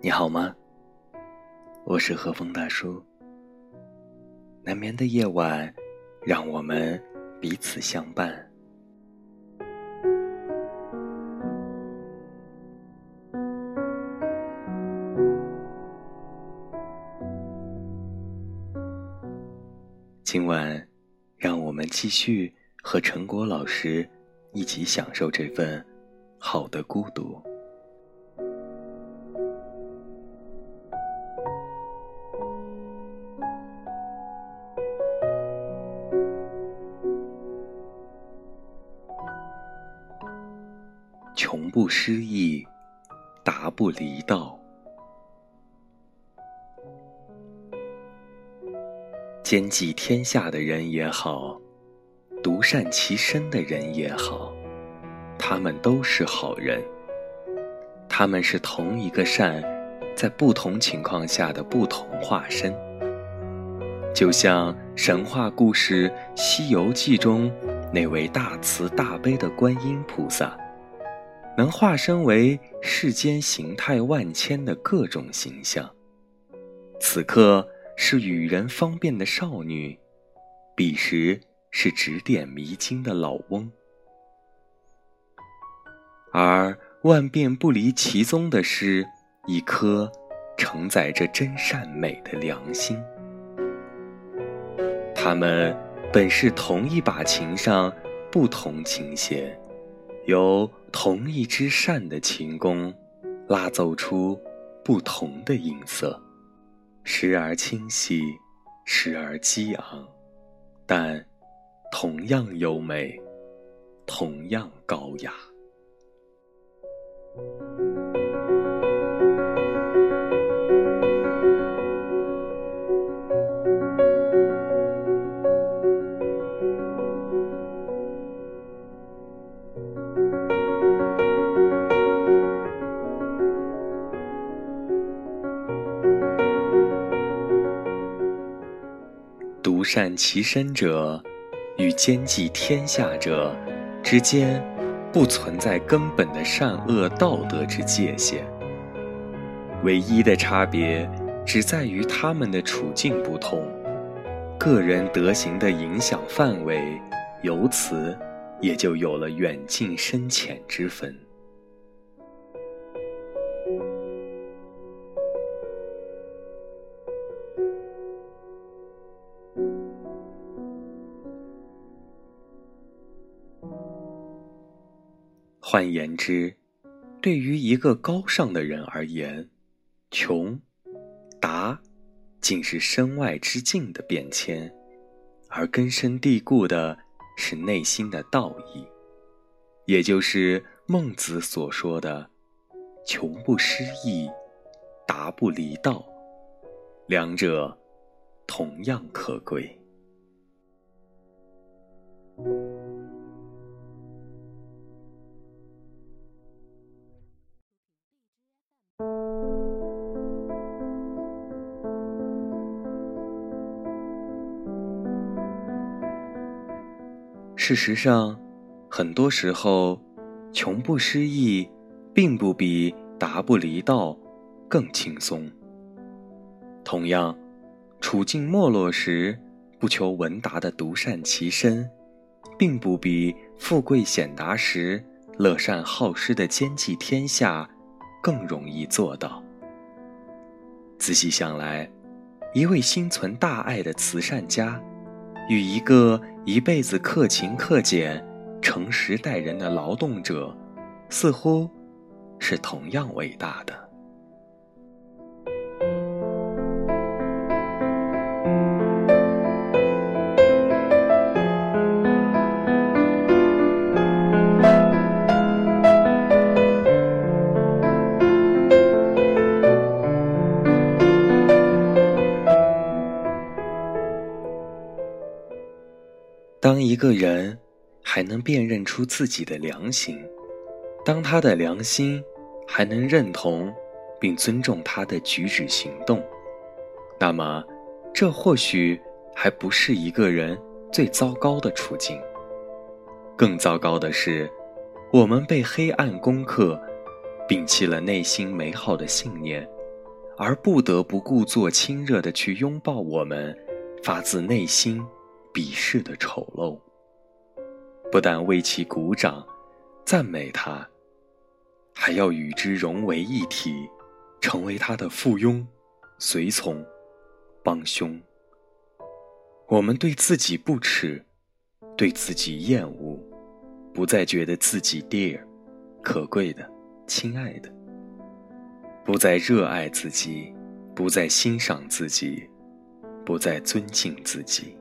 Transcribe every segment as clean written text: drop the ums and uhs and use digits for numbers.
你好吗？我是和风大叔。难眠的夜晚，让我们彼此相伴。今晚，让我们继续和陈果老师一起享受这份好的孤独。穷不失意，达不离道。兼济天下的人也好，独善其身的人也好，他们都是好人。他们是同一个善，在不同情况下的不同化身。就像神话故事《西游记》中那位大慈大悲的观音菩萨，能化身为世间形态万千的各种形象。此刻是与人方便的少女，彼时是指点迷津的老翁。而万变不离其宗的是一颗承载着真善美的良心。他们本是同一把琴上不同琴弦，由同一支扇的琴弓拉奏出不同的音色，时而清晰，时而激昂，但同样优美，同样高雅。独善其身者与兼济天下者之间不存在根本的善恶道德之界限，唯一的差别只在于他们的处境不同，个人德行的影响范围由此也就有了远近深浅之分。换言之，对于一个高尚的人而言，穷、达竟是身外之境的变迁，而根深蒂固的是内心的道义，也就是孟子所说的穷不失意，达不离道，两者同样可贵。事实上，很多时候，穷不失意并不比达不离道更轻松。同样，处境没落时不求闻达的独善其身，并不比富贵显达时乐善好施的兼济天下更容易做到。仔细想来，一位心存大爱的慈善家与一个一辈子克勤克俭、诚实待人的劳动者，似乎是同样伟大的。当一个人还能辨认出自己的良心，当他的良心还能认同并尊重他的举止行动，那么这或许还不是一个人最糟糕的处境。更糟糕的是，我们被黑暗攻克，摒弃了内心美好的信念， 而不得不故作亲热地去拥抱我们发自内心鄙视的丑陋，不但为其鼓掌赞美他，还要与之融为一体，成为他的附庸、随从、帮凶。我们对自己不耻，对自己厌恶，不再觉得自己 dear 可贵的、亲爱的，不再热爱自己，不再欣赏自己，不再尊敬自己。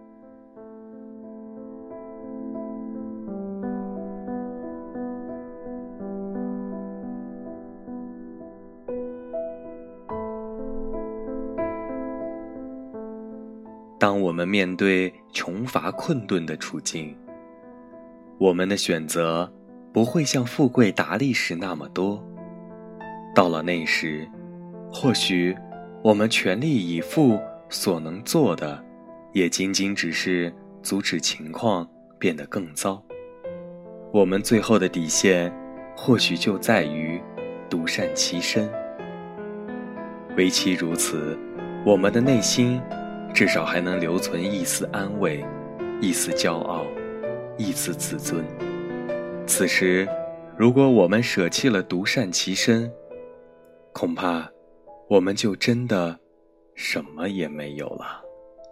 当我们面对穷乏困顿的处境，我们的选择不会像富贵达利时那么多。到了那时，或许我们全力以赴所能做的，也仅仅只是阻止情况变得更糟。我们最后的底线，或许就在于独善其身。唯其如此，我们的内心至少还能留存一丝安慰，一丝骄傲，一丝自尊。此时，如果我们舍弃了独善其身，恐怕我们就真的什么也没有了。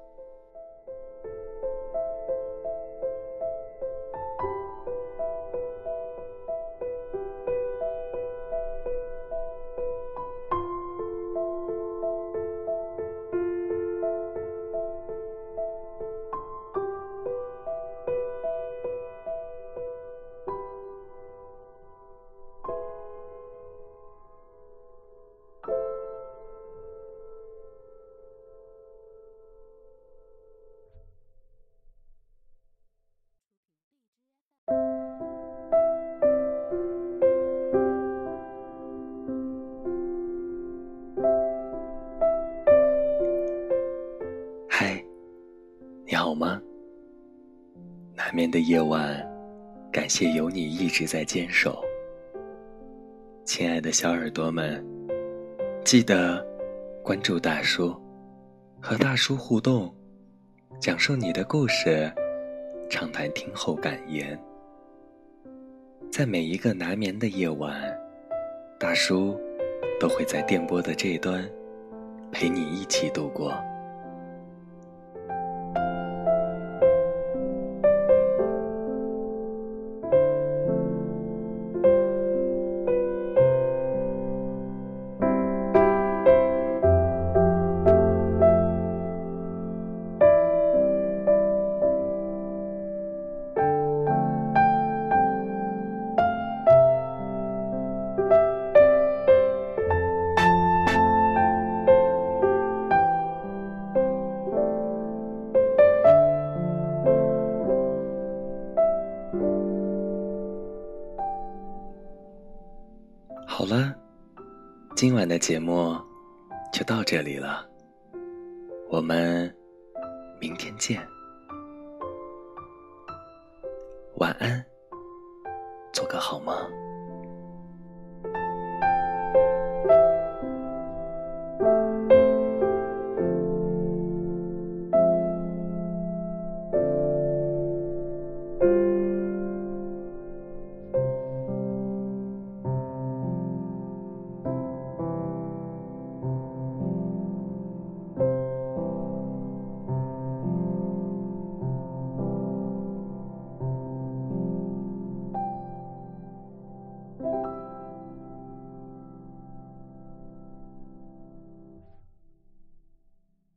嗨，你好吗？难眠的夜晚，感谢有你一直在坚守。亲爱的小耳朵们，记得关注大叔，和大叔互动，讲述你的故事，畅谈听后感言。在每一个难眠的夜晚，大叔都会在电波的这端陪你一起度过。好了，今晚的节目就到这里了，我们明天见。晚安，做个好梦。